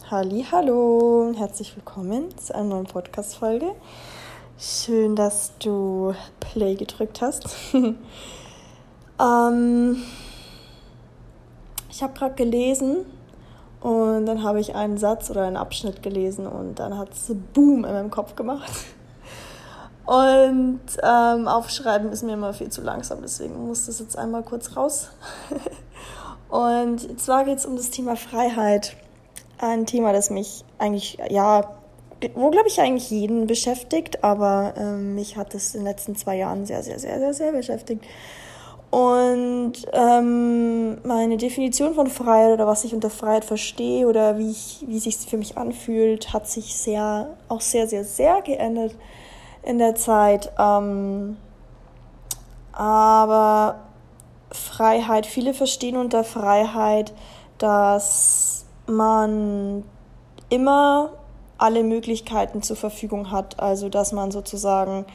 Hallo und herzlich willkommen zu einer neuen Podcast-Folge. Schön, dass du Play gedrückt hast. Ich habe gerade gelesen und dann habe ich einen Satz oder einen Abschnitt gelesen und dann hat es Boom in meinem Kopf gemacht. Und aufschreiben ist mir immer viel zu langsam, deswegen muss das jetzt einmal kurz raus. Und zwar geht es um das Thema Freiheit. Ein Thema, das mich eigentlich, glaube ich, eigentlich jeden beschäftigt, aber mich hat es in den letzten 2 Jahren sehr, sehr, sehr, sehr, sehr beschäftigt. Und meine Definition von Freiheit oder was ich unter Freiheit verstehe oder wie sich für mich anfühlt, hat sich sehr, sehr, sehr geändert in der Zeit. Aber Freiheit, viele verstehen unter Freiheit, dass man immer alle Möglichkeiten zur Verfügung hat, also dass man sozusagen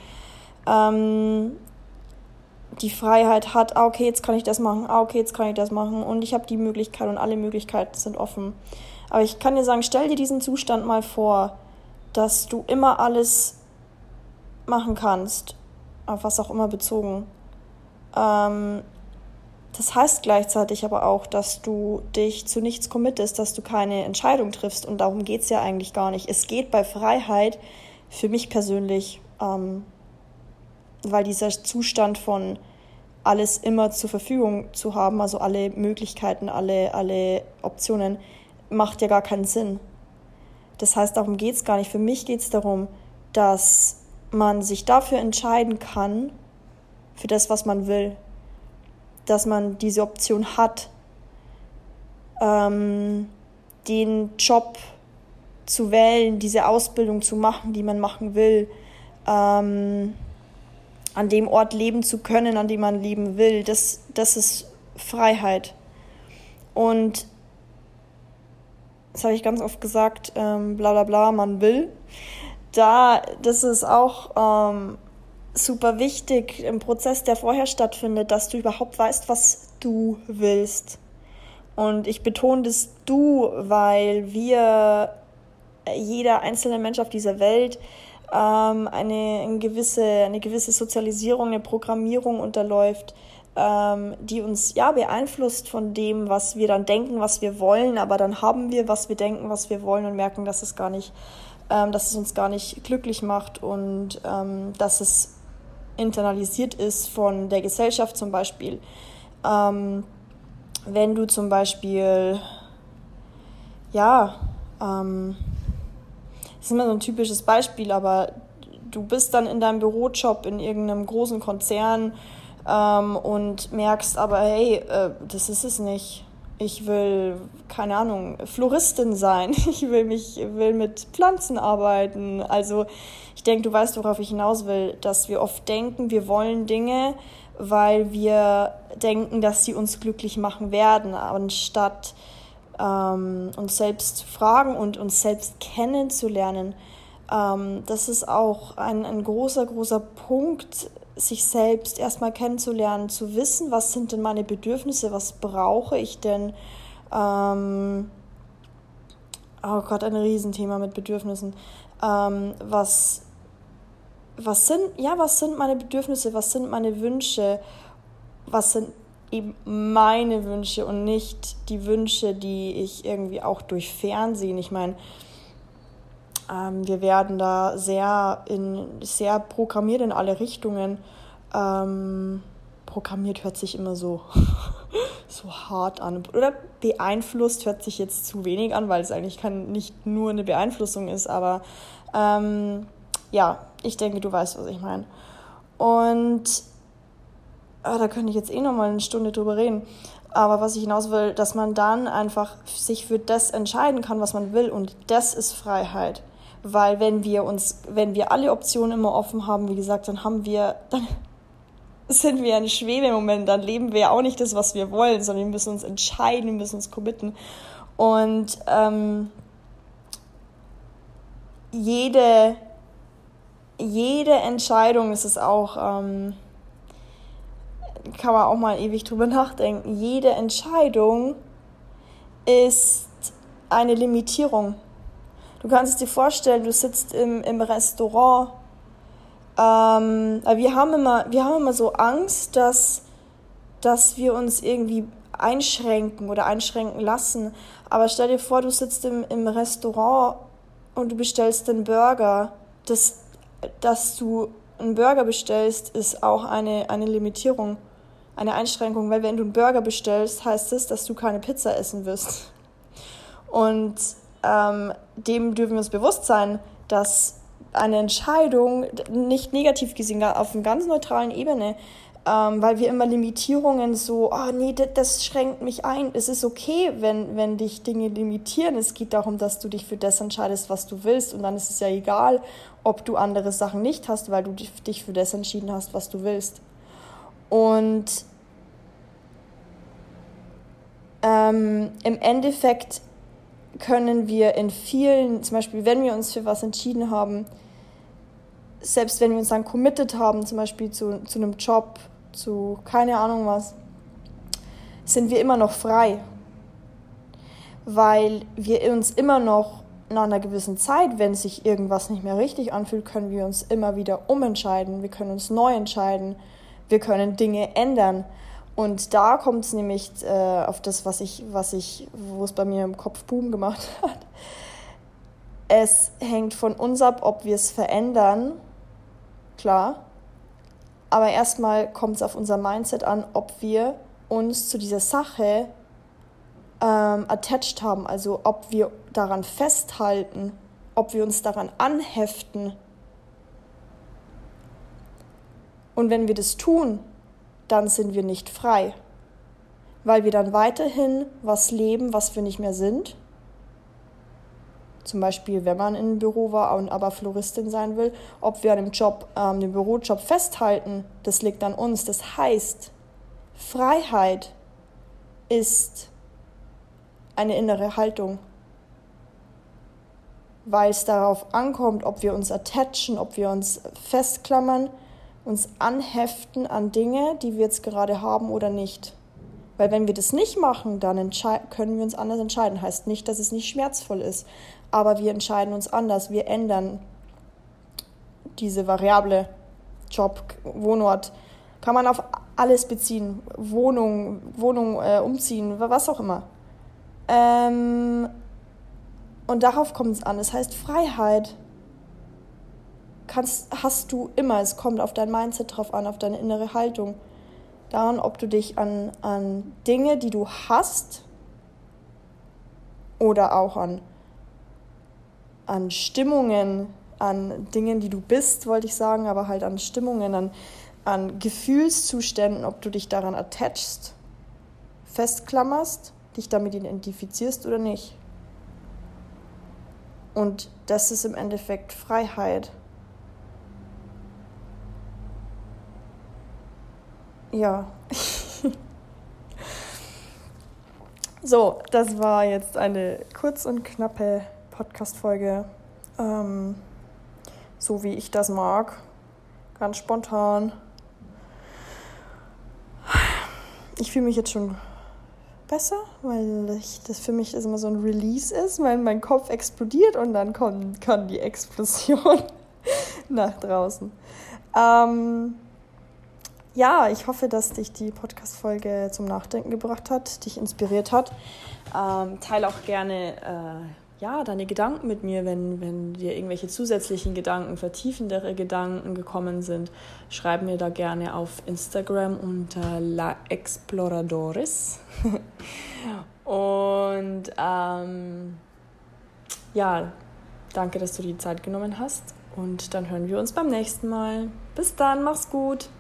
die Freiheit hat, okay, jetzt kann ich das machen, okay, jetzt kann ich das machen und ich habe die Möglichkeit und alle Möglichkeiten sind offen. Aber ich kann dir sagen, stell dir diesen Zustand mal vor, dass du immer alles machen kannst, auf was auch immer bezogen. Das heißt gleichzeitig aber auch, dass du dich zu nichts committest, dass du keine Entscheidung triffst und darum geht es ja eigentlich gar nicht. Es geht bei Freiheit für mich persönlich, weil dieser Zustand von alles immer zur Verfügung zu haben, also alle Möglichkeiten, alle Optionen, macht ja gar keinen Sinn. Das heißt, darum geht es gar nicht. Für mich geht es darum, dass man sich dafür entscheiden kann, für das, was man will. Dass man diese Option hat, den Job zu wählen, diese Ausbildung zu machen, die man machen will, an dem Ort leben zu können, an dem man leben will. Das ist Freiheit. Und das habe ich ganz oft gesagt, bla bla bla, man will. Das ist auch super wichtig im Prozess, der vorher stattfindet, dass du überhaupt weißt, was du willst. Und ich betone das Du, weil jeder einzelne Mensch auf dieser Welt eine gewisse Sozialisierung, eine Programmierung unterläuft, die uns beeinflusst von dem, was wir dann denken, was wir wollen, aber dann haben wir, was wir denken, was wir wollen und merken, dass es uns gar nicht glücklich macht und dass es internalisiert ist von der Gesellschaft zum Beispiel. Wenn du zum Beispiel, das ist immer so ein typisches Beispiel, aber du bist dann in deinem Bürojob in irgendeinem großen Konzern und merkst aber, hey, das ist es nicht. Ich will, keine Ahnung, Floristin sein. Ich will mit Pflanzen arbeiten. Also ich denke, du weißt, worauf ich hinaus will, dass wir oft denken, wir wollen Dinge, weil wir denken, dass sie uns glücklich machen werden, anstatt uns selbst fragen und uns selbst kennenzulernen. Das ist auch ein großer, großer Punkt, sich selbst erstmal kennenzulernen, zu wissen, was sind denn meine Bedürfnisse, was brauche ich denn? Oh Gott, ein Riesenthema mit Bedürfnissen. Was sind meine Bedürfnisse, was sind meine Wünsche, was sind eben meine Wünsche und nicht die Wünsche, die ich irgendwie auch durch Fernsehen, ich meine, wir werden da sehr programmiert in alle Richtungen. Programmiert hört sich immer so hart an. Oder beeinflusst hört sich jetzt zu wenig an, weil es eigentlich nicht nur eine Beeinflussung ist. Aber ich denke, du weißt, was ich meine. Und da könnte ich jetzt nochmal eine Stunde drüber reden. Aber was ich hinaus will, dass man dann einfach sich für das entscheiden kann, was man will. Und das ist Freiheit. Weil wenn wir alle Optionen immer offen haben, wie gesagt, dann sind wir in Schwebemoment, dann leben wir ja auch nicht das, was wir wollen, sondern wir müssen uns entscheiden, wir müssen uns committen. Und jede Entscheidung, ist es auch, kann man auch mal ewig drüber nachdenken, jede Entscheidung ist eine Limitierung. Du kannst es dir vorstellen, du sitzt im Restaurant. Wir haben immer so Angst, dass wir uns irgendwie einschränken oder einschränken lassen. Aber stell dir vor, du sitzt im Restaurant und du bestellst einen Burger. Dass du einen Burger bestellst, ist auch eine Limitierung, eine Einschränkung. Weil wenn du einen Burger bestellst, heißt es, dass du keine Pizza essen wirst. Und dem dürfen wir uns bewusst sein, dass eine Entscheidung nicht negativ gesehen, auf einer ganz neutralen Ebene, weil wir immer Limitierungen so, oh nee, das schränkt mich ein. Es ist okay, wenn dich Dinge limitieren. Es geht darum, dass du dich für das entscheidest, was du willst. Und dann ist es ja egal, ob du andere Sachen nicht hast, weil du dich für das entschieden hast, was du willst. Und im Endeffekt können wir in vielen, zum Beispiel wenn wir uns für was entschieden haben, selbst wenn wir uns dann committed haben, zum Beispiel zu einem Job, zu keine Ahnung was, sind wir immer noch frei. Weil wir uns immer noch nach einer gewissen Zeit, wenn sich irgendwas nicht mehr richtig anfühlt, können wir uns immer wieder umentscheiden. Wir können uns neu entscheiden. Wir können Dinge ändern. Und da kommt es nämlich auf das, wo es bei mir im Kopf Boom gemacht hat. Es hängt von uns ab, ob wir es verändern, klar. Aber erstmal kommt es auf unser Mindset an, ob wir uns zu dieser Sache attached haben, also ob wir daran festhalten, ob wir uns daran anheften. Und wenn wir das tun, dann sind wir nicht frei, weil wir dann weiterhin was leben, was wir nicht mehr sind. Zum Beispiel, wenn man in einem Büro war und aber Floristin sein will, ob wir an dem Job, dem Bürojob festhalten, das liegt an uns. Das heißt, Freiheit ist eine innere Haltung, weil es darauf ankommt, ob wir uns attachen, ob wir uns festklammern, uns anheften an Dinge, die wir jetzt gerade haben oder nicht. Weil wenn wir das nicht machen, dann können wir uns anders entscheiden. Heißt nicht, dass es nicht schmerzvoll ist, aber wir entscheiden uns anders. Wir ändern diese Variable, Job, Wohnort. Kann man auf alles beziehen. Wohnung umziehen, was auch immer. Und darauf kommt es an. Das heißt Freiheit. Hast du immer, es kommt auf dein Mindset drauf an, auf deine innere Haltung, daran, ob du dich an Dinge, die du hast, oder auch an Stimmungen, an Dingen, die du bist, wollte ich sagen, aber halt an Stimmungen, an Gefühlszuständen, ob du dich daran attachst, festklammerst, dich damit identifizierst oder nicht. Und das ist im Endeffekt Freiheit. Ja. So, das war jetzt eine kurz und knappe Podcast-Folge. So wie ich das mag. Ganz spontan. Ich fühle mich jetzt schon besser, weil das für mich immer so ein Release ist, weil mein Kopf explodiert und dann kann die Explosion nach draußen. Ja, ich hoffe, dass dich die Podcast-Folge zum Nachdenken gebracht hat, dich inspiriert hat. Teile auch gerne deine Gedanken mit mir, wenn dir irgendwelche zusätzlichen Gedanken, vertiefendere Gedanken gekommen sind. Schreib mir da gerne auf Instagram unter La Exploradores. Und danke, dass du die Zeit genommen hast. Und dann hören wir uns beim nächsten Mal. Bis dann, mach's gut.